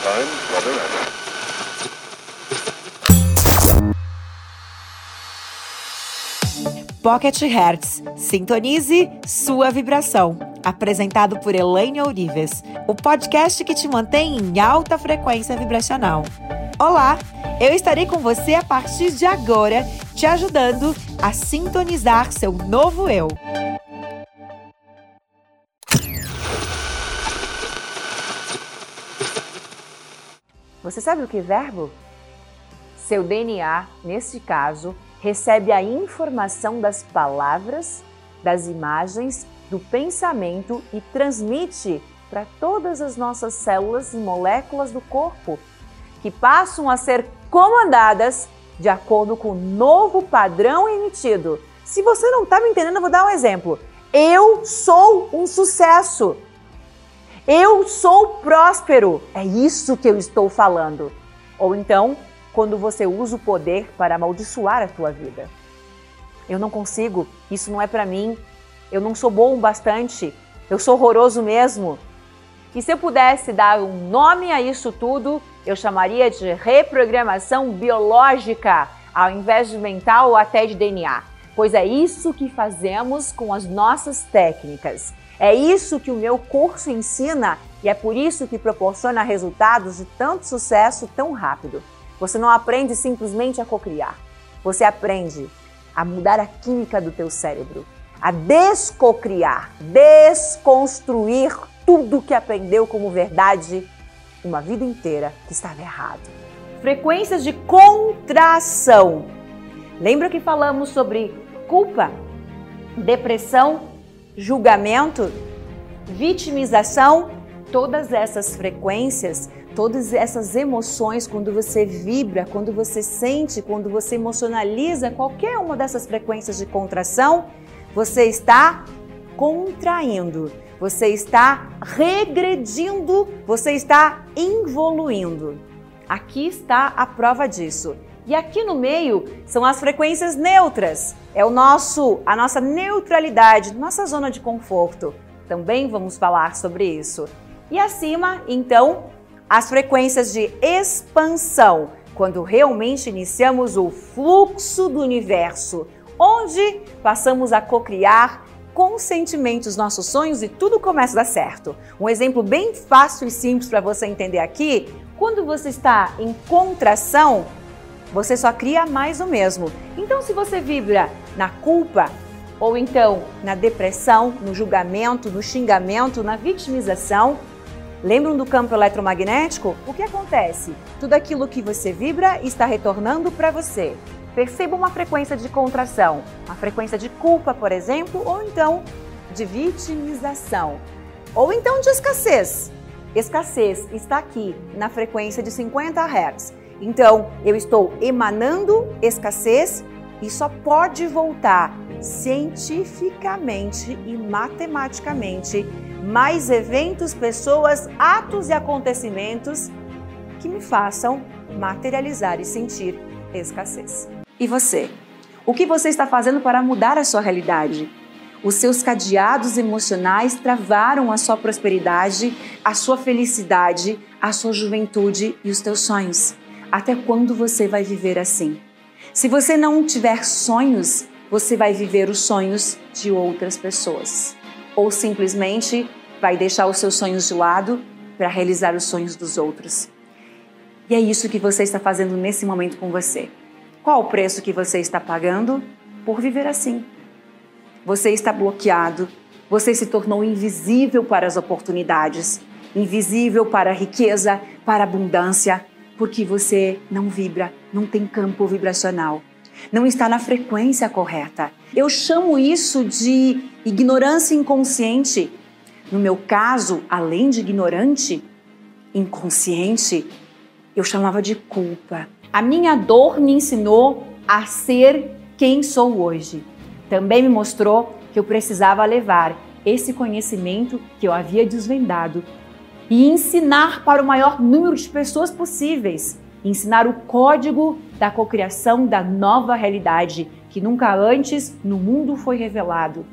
Time, weather, and... Pocket Hertz. Sintonize sua vibração. Apresentado por Elaine Ourives, o podcast que te mantém em alta frequência vibracional. Olá, eu estarei com você a partir de agora, te ajudando a sintonizar seu novo eu. Você sabe o que é verbo? Seu DNA, nesse caso, recebe a informação das palavras, das imagens, do pensamento e transmite para todas as nossas células e moléculas do corpo, que passam a ser comandadas de acordo com o novo padrão emitido. Se você não está me entendendo, eu vou dar um exemplo. Eu sou um sucesso. Eu sou próspero. É isso que eu estou falando. Ou então, quando você usa o poder para amaldiçoar a tua vida. Eu não consigo, isso não é para mim, eu não sou bom o bastante, eu sou horroroso mesmo. E se eu pudesse dar um nome a isso tudo, eu chamaria de reprogramação biológica, ao invés de mental ou até de DNA. Pois é isso que fazemos com as nossas técnicas. É isso que o meu curso ensina e é por isso que proporciona resultados de tanto sucesso tão rápido. Você não aprende simplesmente a cocriar. Você aprende a mudar a química do teu cérebro, a descocriar, desconstruir tudo que aprendeu como verdade uma vida inteira que estava errado. Frequências de contração. Lembra que falamos sobre culpa, depressão, julgamento, vitimização? Todas essas frequências, todas essas emoções, quando você vibra, quando você sente, quando você emocionaliza qualquer uma dessas frequências de contração, você está contraindo, você está regredindo, você está evoluindo. Aqui está a prova disso. E aqui no meio são as frequências neutras. É a nossa neutralidade, nossa zona de conforto. Também vamos falar sobre isso. E acima, então, as frequências de expansão, quando realmente iniciamos o fluxo do universo, onde passamos a cocriar conscientemente os nossos sonhos e tudo começa a dar certo. Um exemplo bem fácil e simples para você entender aqui, quando você está em contração, você só cria mais o mesmo. Então, se você vibra na culpa, ou então na depressão, no julgamento, no xingamento, na vitimização, lembram do campo eletromagnético? O que acontece? Tudo aquilo que você vibra está retornando para você. Perceba uma frequência de contração, uma frequência de culpa, por exemplo, ou então de vitimização, ou então de escassez. Escassez está aqui na frequência de 50 Hz. Então, eu estou emanando escassez e só pode voltar cientificamente e matematicamente mais eventos, pessoas, atos e acontecimentos que me façam materializar e sentir escassez. E você? O que você está fazendo para mudar a sua realidade? Os seus cadeados emocionais travaram a sua prosperidade, a sua felicidade, a sua juventude e os teus sonhos. Até quando você vai viver assim? Se você não tiver sonhos, você vai viver os sonhos de outras pessoas. Ou simplesmente vai deixar os seus sonhos de lado para realizar os sonhos dos outros. E é isso que você está fazendo nesse momento com você. Qual o preço que você está pagando por viver assim? Você está bloqueado, você se tornou invisível para as oportunidades, invisível para a riqueza, para a abundância, porque você não vibra, não tem campo vibracional, não está na frequência correta. Eu chamo isso de ignorância inconsciente. No meu caso, além de ignorante, inconsciente, eu chamava de culpa. A minha dor me ensinou a ser quem sou hoje. Também me mostrou que eu precisava levar esse conhecimento que eu havia desvendado e ensinar para o maior número de pessoas possíveis. Ensinar o código da cocriação da nova realidade que nunca antes no mundo foi revelado.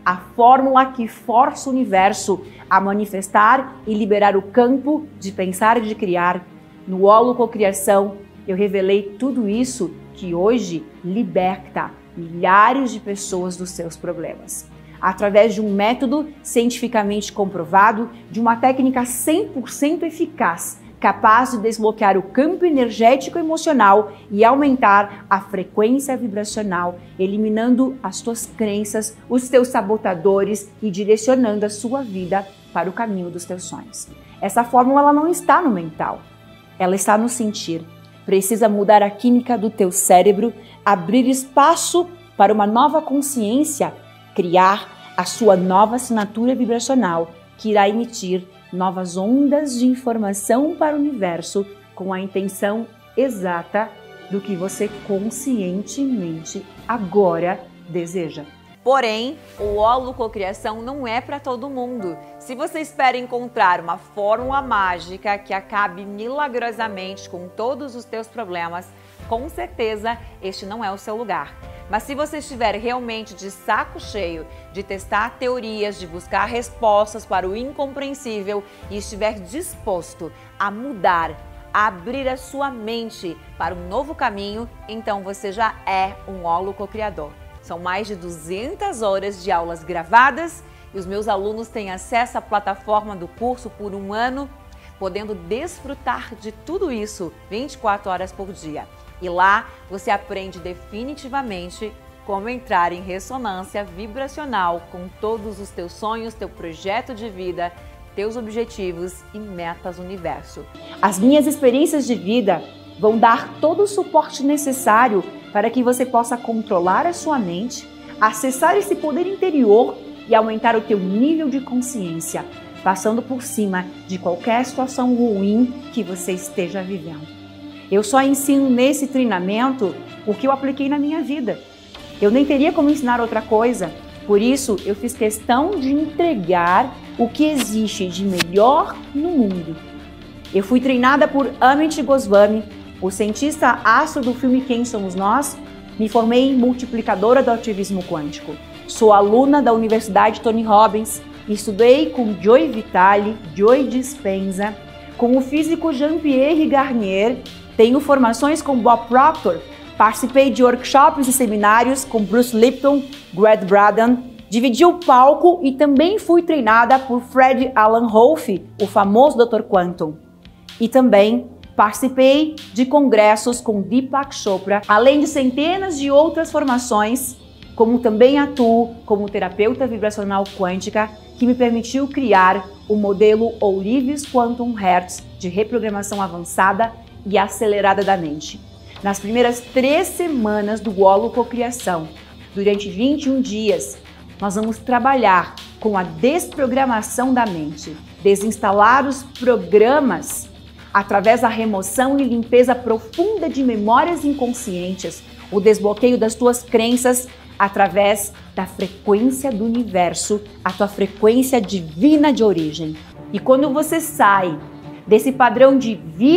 a fórmula que força o universo a manifestar e liberar o campo de pensar e de criar. No Holo Cocriação, eu revelei tudo isso que hoje liberta milhares de pessoas dos seus problemas. Através de um método cientificamente comprovado, de uma técnica 100% eficaz, capaz de desbloquear o campo energético e emocional e aumentar a frequência vibracional, eliminando as tuas crenças, os teus sabotadores e direcionando a sua vida para o caminho dos teus sonhos. Essa fórmula ela não está no mental, ela está no sentir. Precisa mudar a química do teu cérebro, abrir espaço para uma nova consciência, criar a sua nova assinatura vibracional que irá emitir novas ondas de informação para o universo com a intenção exata do que você conscientemente agora deseja. Porém, o Holo Cocriação não é para todo mundo. Se você espera encontrar uma fórmula mágica que acabe milagrosamente com todos os teus problemas, com certeza este não é o seu lugar. Mas se você estiver realmente de saco cheio de testar teorias, de buscar respostas para o incompreensível e estiver disposto a mudar, a abrir a sua mente para um novo caminho, então você já é um Holo Cocriador. São mais de 200 horas de aulas gravadas e os meus alunos têm acesso à plataforma do curso por 1 ano, podendo desfrutar de tudo isso 24 horas por dia. E lá você aprende definitivamente como entrar em ressonância vibracional com todos os teus sonhos, teu projeto de vida, teus objetivos e metas do universo. As minhas experiências de vida vão dar todo o suporte necessário para que você possa controlar a sua mente, acessar esse poder interior e aumentar o teu nível de consciência, passando por cima de qualquer situação ruim que você esteja vivendo. Eu só ensino nesse treinamento o que eu apliquei na minha vida. Eu nem teria como ensinar outra coisa. Por isso, eu fiz questão de entregar o que existe de melhor no mundo. Eu fui treinada por Amit Goswami, o cientista astro do filme Quem Somos Nós. Me formei multiplicadora do ativismo quântico. Sou aluna da Universidade Tony Robbins. Estudei com Joe Vitale, Joe Dispenza, com o físico Jean-Pierre Garnier. Tenho formações com Bob Proctor. Participei de workshops e seminários com Bruce Lipton, Greg Braden. Dividi o palco e também fui treinada por Fred Alan Rolfe, o famoso Dr. Quantum. E também participei de congressos com Deepak Chopra, além de centenas de outras formações, como também atuo como terapeuta vibracional quântica, que me permitiu criar o modelo Ourives Quantum Hertz de reprogramação avançada e acelerada da mente. Nas primeiras 3 semanas do Holo Cocriação, durante 21 dias, nós vamos trabalhar com a desprogramação da mente, desinstalar os programas através da remoção e limpeza profunda de memórias inconscientes, o desbloqueio das tuas crenças através da frequência do universo, a tua frequência divina de origem. E quando você sai desse padrão de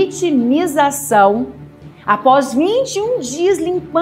vitimização, após 21 dias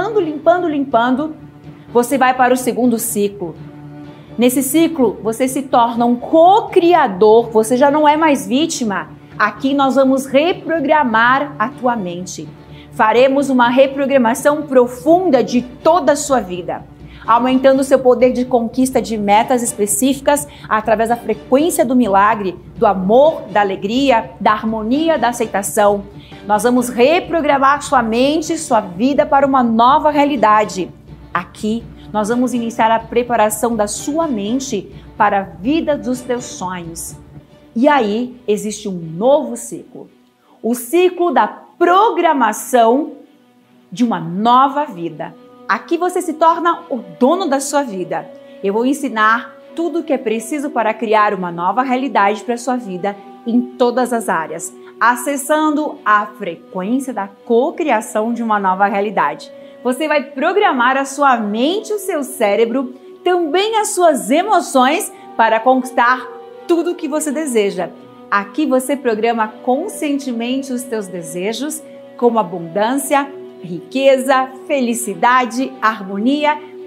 limpando, você vai para o segundo ciclo. Nesse ciclo, você se torna um co-criador, você já não é mais vítima. Aqui nós vamos reprogramar a tua mente. Faremos uma reprogramação profunda de toda a sua vida, aumentando o seu poder de conquista de metas específicas através da frequência do milagre, do amor, da alegria, da harmonia, da aceitação. Nós vamos reprogramar sua mente, sua vida para uma nova realidade. Aqui, nós vamos iniciar a preparação da sua mente para a vida dos teus sonhos. E aí, existe um novo ciclo. O ciclo da programação de uma nova vida. Aqui você se torna o dono da sua vida. Eu vou ensinar tudo o que é preciso para criar uma nova realidade para a sua vida em todas as áreas, acessando a frequência da cocriação de uma nova realidade. Você vai programar a sua mente, o seu cérebro, também as suas emoções para conquistar tudo o que você deseja. Aqui você programa conscientemente os teus desejos, como abundância, riqueza, felicidade, harmonia,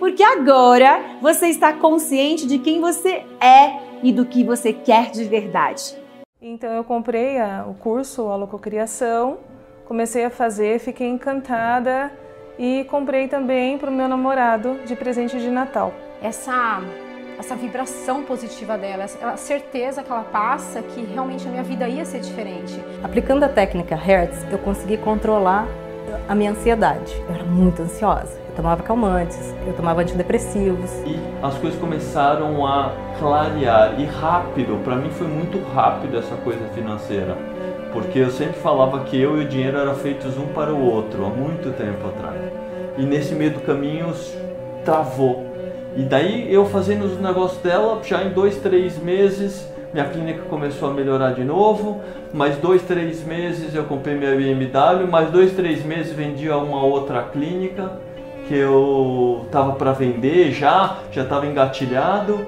porque agora você está consciente de quem você é e do que você quer de verdade. Então eu comprei o curso Holococriação, comecei a fazer, fiquei encantada e comprei também para o meu namorado de presente de Natal. Essa vibração positiva dela, a certeza que ela passa que realmente a minha vida ia ser diferente. Aplicando a técnica Hertz, eu consegui controlar a minha ansiedade. Eu era muito ansiosa. Eu tomava calmantes, eu tomava antidepressivos. E as coisas começaram a clarear e rápido. Para mim foi muito rápido essa coisa financeira. Porque eu sempre falava que eu e o dinheiro eram feitos um para o outro, há muito tempo atrás. E nesse meio do caminho travou. E daí eu fazendo os negócios dela, já em 2, 3 meses, minha clínica começou a melhorar de novo. Mais 2, 3 meses eu comprei minha BMW, mais 2, 3 meses vendi a uma outra clínica que eu tava para vender já estava engatilhado.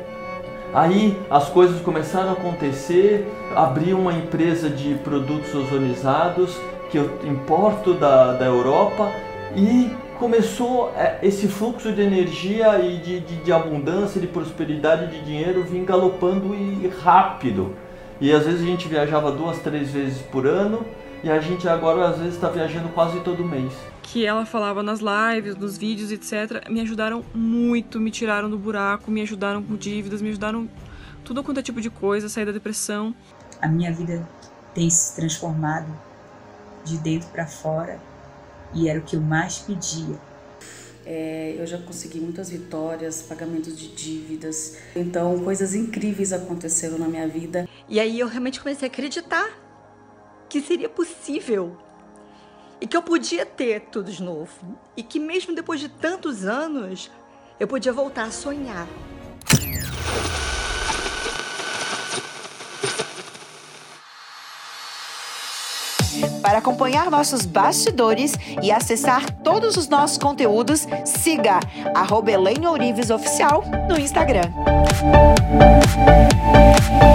Aí as coisas começaram a acontecer, abri uma empresa de produtos ozonizados que eu importo da Europa e começou esse fluxo de energia e de abundância, de prosperidade, de dinheiro vir galopando e rápido. E às vezes a gente viajava 2, 3 vezes por ano e a gente agora às vezes está viajando quase todo mês. Que ela falava nas lives, nos vídeos, etc. Me ajudaram muito, me tiraram do buraco, me ajudaram com dívidas, me ajudaram tudo quanto é tipo de coisa, sair da depressão. A minha vida tem se transformado de dentro para fora. E era o que eu mais pedia. Eu já consegui muitas vitórias, pagamentos de dívidas. Então, coisas incríveis aconteceram na minha vida. E aí eu realmente comecei a acreditar que seria possível. E que eu podia ter tudo de novo. E que mesmo depois de tantos anos, eu podia voltar a sonhar. Para acompanhar nossos bastidores e acessar todos os nossos conteúdos, siga @Elaine Ourives Oficial no Instagram.